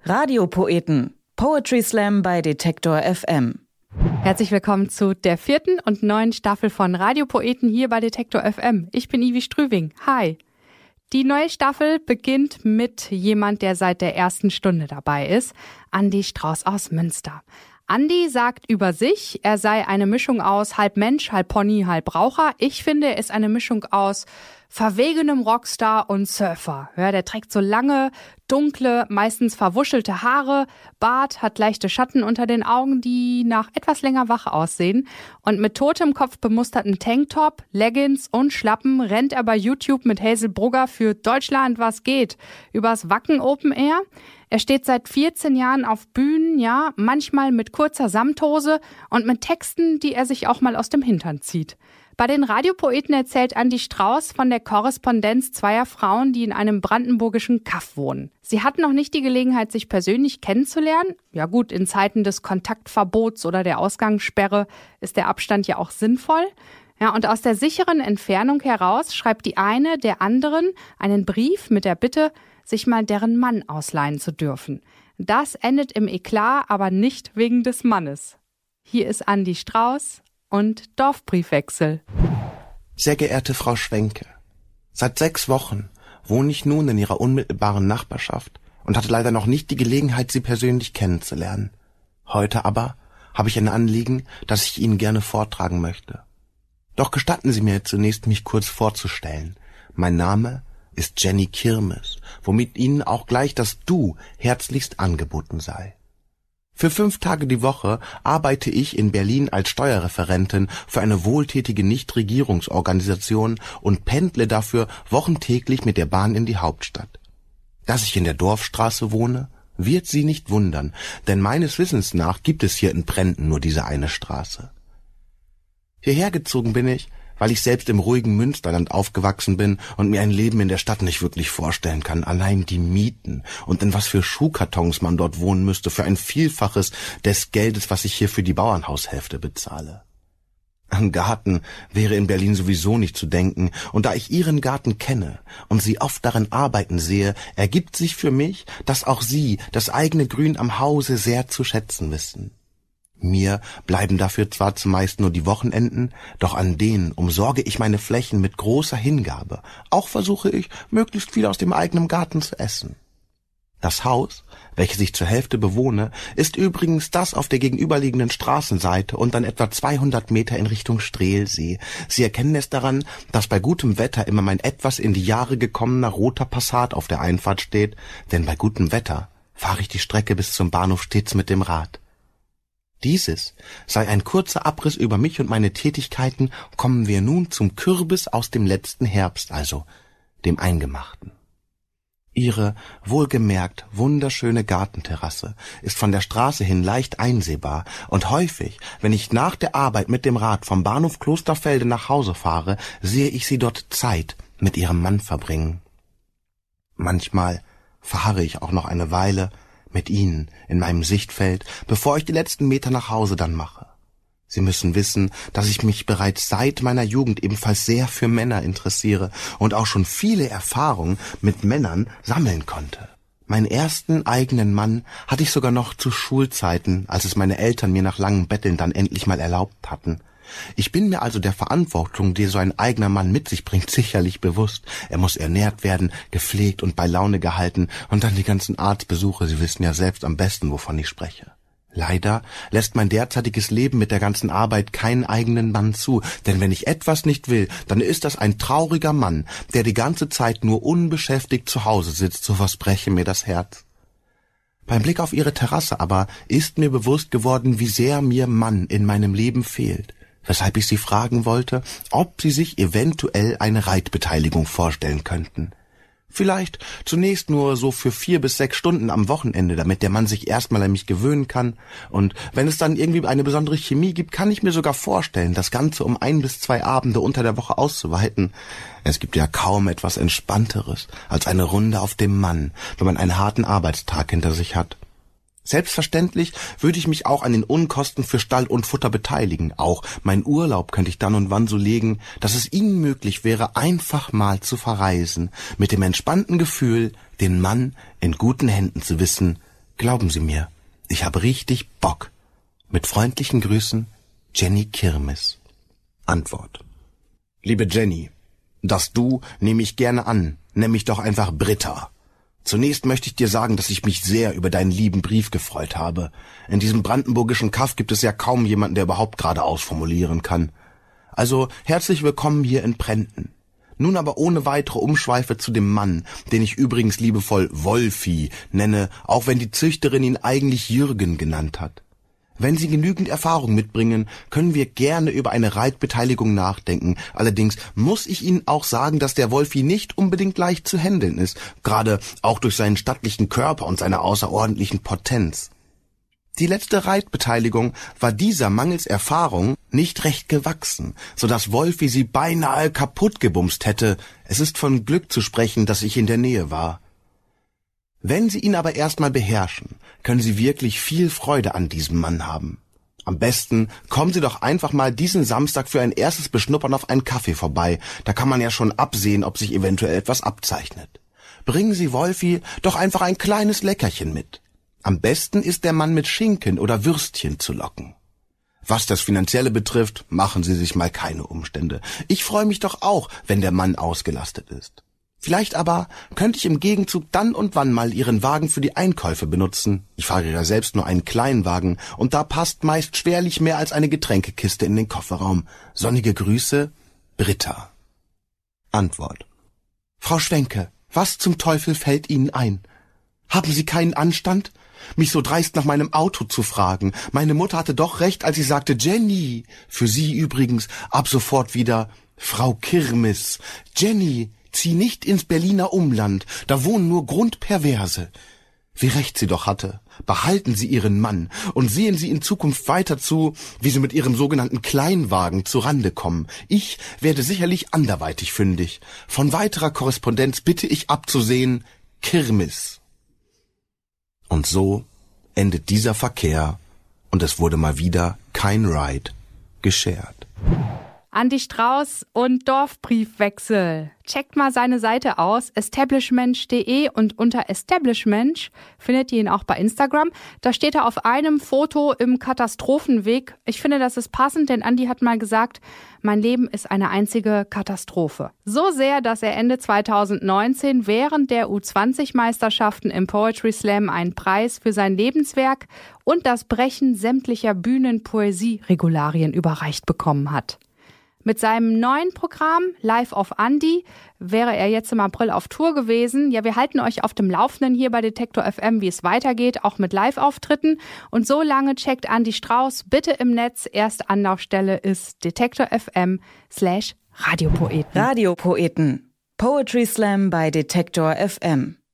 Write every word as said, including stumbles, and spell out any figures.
Radiopoeten. Poetry Slam bei Detektor F M. Herzlich willkommen zu der vierten und neuen Staffel von Radiopoeten hier bei Detektor F M. Ich bin Ivi Strüving. Hi. Die neue Staffel beginnt mit jemand, der seit der ersten Stunde dabei ist. Andi Strauß aus Münster. Andi sagt über sich, er sei eine Mischung aus halb Mensch, halb Pony, halb Raucher. Ich finde, er ist eine Mischung aus verwegenem Rockstar und Surfer. Ja, der trägt so lange, dunkle, meistens verwuschelte Haare, Bart, hat leichte Schatten unter den Augen, die nach etwas länger wach aussehen. Und mit totem Kopf bemusterten Tanktop, Leggings und Schlappen rennt er bei YouTube mit Hazel Brugger für Deutschland was geht übers Wacken Open Air. Er steht seit vierzehn Jahren auf Bühnen, ja, manchmal mit kurzer Samthose und mit Texten, die er sich auch mal aus dem Hintern zieht. Bei den Radiopoeten erzählt Andi Strauß von der Korrespondenz zweier Frauen, die in einem brandenburgischen Kaff wohnen. Sie hatten noch nicht die Gelegenheit, sich persönlich kennenzulernen. Ja gut, in Zeiten des Kontaktverbots oder der Ausgangssperre ist der Abstand ja auch sinnvoll. Ja, und aus der sicheren Entfernung heraus schreibt die eine der anderen einen Brief mit der Bitte, sich mal deren Mann ausleihen zu dürfen. Das endet im Eklat, aber nicht wegen des Mannes. Hier ist Andi Strauß und Dorfbriefwechsel. Sehr geehrte Frau Schwenke, seit sechs Wochen wohne ich nun in Ihrer unmittelbaren Nachbarschaft und hatte leider noch nicht die Gelegenheit, Sie persönlich kennenzulernen. Heute aber habe ich ein Anliegen, das ich Ihnen gerne vortragen möchte. Doch gestatten Sie mir zunächst, mich kurz vorzustellen. Mein Name ist Jenny Kirmes, womit Ihnen auch gleich das Du herzlichst angeboten sei. Für fünf Tage die Woche arbeite ich in Berlin als Steuerreferentin für eine wohltätige Nichtregierungsorganisation und pendle dafür wochentäglich mit der Bahn in die Hauptstadt. Dass ich in der Dorfstraße wohne, wird Sie nicht wundern, denn meines Wissens nach gibt es hier in Prenden nur diese eine Straße. Hierher gezogen bin ich, weil ich selbst im ruhigen Münsterland aufgewachsen bin und mir ein Leben in der Stadt nicht wirklich vorstellen kann. Allein die Mieten und in was für Schuhkartons man dort wohnen müsste, für ein Vielfaches des Geldes, was ich hier für die Bauernhaushälfte bezahle. An Garten wäre in Berlin sowieso nicht zu denken, und da ich Ihren Garten kenne und Sie oft darin arbeiten sehe, ergibt sich für mich, dass auch Sie das eigene Grün am Hause sehr zu schätzen wissen. Mir bleiben dafür zwar zumeist nur die Wochenenden, doch an denen umsorge ich meine Flächen mit großer Hingabe. Auch versuche ich, möglichst viel aus dem eigenen Garten zu essen. Das Haus, welches ich zur Hälfte bewohne, ist übrigens das auf der gegenüberliegenden Straßenseite und dann etwa zweihundert Meter in Richtung Streelsee. Sie erkennen es daran, dass bei gutem Wetter immer mein etwas in die Jahre gekommener roter Passat auf der Einfahrt steht, denn bei gutem Wetter fahre ich die Strecke bis zum Bahnhof stets mit dem Rad. Dieses sei ein kurzer Abriss über mich und meine Tätigkeiten, kommen wir nun zum Kürbis aus dem letzten Herbst, also dem Eingemachten. Ihre wohlgemerkt wunderschöne Gartenterrasse ist von der Straße hin leicht einsehbar, und häufig, wenn ich nach der Arbeit mit dem Rad vom Bahnhof Klosterfelde nach Hause fahre, sehe ich Sie dort Zeit mit ihrem Mann verbringen. Manchmal verharre ich auch noch eine Weile mit Ihnen in meinem Sichtfeld, bevor ich die letzten Meter nach Hause dann mache. Sie müssen wissen, dass ich mich bereits seit meiner Jugend ebenfalls sehr für Männer interessiere und auch schon viele Erfahrungen mit Männern sammeln konnte. Meinen ersten eigenen Mann hatte ich sogar noch zu Schulzeiten, als es meine Eltern mir nach langem Betteln dann endlich mal erlaubt hatten. Ich bin mir also der Verantwortung, die so ein eigener Mann mit sich bringt, sicherlich bewusst. Er muss ernährt werden, gepflegt und bei Laune gehalten, und dann die ganzen Arztbesuche. Sie wissen ja selbst am besten, wovon ich spreche. Leider lässt mein derzeitiges Leben mit der ganzen Arbeit keinen eigenen Mann zu, denn wenn ich etwas nicht will, dann ist das ein trauriger Mann, der die ganze Zeit nur unbeschäftigt zu Hause sitzt, so was breche mir das Herz. Beim Blick auf Ihre Terrasse aber ist mir bewusst geworden, wie sehr mir Mann in meinem Leben fehlt, weshalb ich Sie fragen wollte, ob Sie sich eventuell eine Reitbeteiligung vorstellen könnten. Vielleicht zunächst nur so für vier bis sechs Stunden am Wochenende, damit der Mann sich erstmal an mich gewöhnen kann. Und wenn es dann irgendwie eine besondere Chemie gibt, kann ich mir sogar vorstellen, das Ganze um ein bis zwei Abende unter der Woche auszuweiten. Es gibt ja kaum etwas Entspannteres als eine Runde auf dem Mann, wenn man einen harten Arbeitstag hinter sich hat. Selbstverständlich würde ich mich auch an den Unkosten für Stall und Futter beteiligen. Auch mein Urlaub könnte ich dann und wann so legen, dass es Ihnen möglich wäre, einfach mal zu verreisen, mit dem entspannten Gefühl, den Mann in guten Händen zu wissen, Glauben Sie mir, ich habe richtig Bock. Mit freundlichen Grüßen, Jenny Kirmes. Antwort. Liebe Jenny, das Du nehme ich gerne an, nenn mich doch einfach Britta. Zunächst möchte ich dir sagen, dass ich mich sehr über deinen lieben Brief gefreut habe. In diesem brandenburgischen Kaff gibt es ja kaum jemanden, der überhaupt geradeaus formulieren kann. Also herzlich willkommen hier in Prenten. Nun aber ohne weitere Umschweife zu dem Mann, den ich übrigens liebevoll Wolfi nenne, auch wenn die Züchterin ihn eigentlich Jürgen genannt hat. Wenn Sie genügend Erfahrung mitbringen, können wir gerne über eine Reitbeteiligung nachdenken. Allerdings muss ich Ihnen auch sagen, dass der Wolfi nicht unbedingt leicht zu handeln ist, gerade auch durch seinen stattlichen Körper und seine außerordentlichen Potenz. Die letzte Reitbeteiligung war dieser mangels Erfahrung nicht recht gewachsen, so dass Wolfi sie beinahe kaputt gebumst hätte. Es ist von Glück zu sprechen, dass ich in der Nähe war. Wenn Sie ihn aber erstmal beherrschen, können Sie wirklich viel Freude an diesem Mann haben. Am besten kommen Sie doch einfach mal diesen Samstag für ein erstes Beschnuppern auf einen Kaffee vorbei. Da kann man ja schon absehen, ob sich eventuell etwas abzeichnet. Bringen Sie Wolfi doch einfach ein kleines Leckerchen mit. Am besten ist der Mann mit Schinken oder Würstchen zu locken. Was das Finanzielle betrifft, machen Sie sich mal keine Umstände. Ich freue mich doch auch, wenn der Mann ausgelastet ist. Vielleicht aber könnte ich im Gegenzug dann und wann mal Ihren Wagen für die Einkäufe benutzen. Ich fahre ja selbst nur einen Kleinwagen und da passt meist schwerlich mehr als eine Getränkekiste in den Kofferraum. Sonnige Grüße, Britta. Antwort. Frau Schwenke, was zum Teufel fällt Ihnen ein? Haben Sie keinen Anstand, mich so dreist nach meinem Auto zu fragen? Meine Mutter hatte doch recht, als sie sagte, Jenny. Für Sie übrigens ab sofort wieder Frau Kirmes. Jenny, zieh nicht ins Berliner Umland, da wohnen nur Grundperverse. Wie recht sie doch hatte. Behalten Sie Ihren Mann und sehen Sie in Zukunft weiter zu, wie Sie mit Ihrem sogenannten Kleinwagen zu Rande kommen. Ich werde sicherlich anderweitig fündig. Von weiterer Korrespondenz bitte ich abzusehen, Kirmes. Und so endet dieser Verkehr und es wurde mal wieder kein Ride geshared. Andi Strauß und Dorfbriefwechsel. Checkt mal seine Seite aus, establishmensch punkt de, und unter establishmensch findet ihr ihn auch bei Instagram. Da steht er auf einem Foto im Katastrophenweg. Ich finde, das ist passend, denn Andi hat mal gesagt, mein Leben ist eine einzige Katastrophe. So sehr, dass er Ende zweitausendneunzehn während der U zwanzig Meisterschaften im Poetry Slam einen Preis für sein Lebenswerk und das Brechen sämtlicher Bühnen-Poesie-Regularien überreicht bekommen hat. Mit seinem neuen Programm Live of Andi wäre er jetzt im April auf Tour gewesen. Ja, wir halten euch auf dem Laufenden hier bei Detektor F M, wie es weitergeht, auch mit Live-Auftritten. Und so lange checkt Andi Strauß bitte im Netz. Erste Anlaufstelle ist Detektor F M slash Radiopoeten. Radiopoeten. Poetry Slam bei Detektor F M.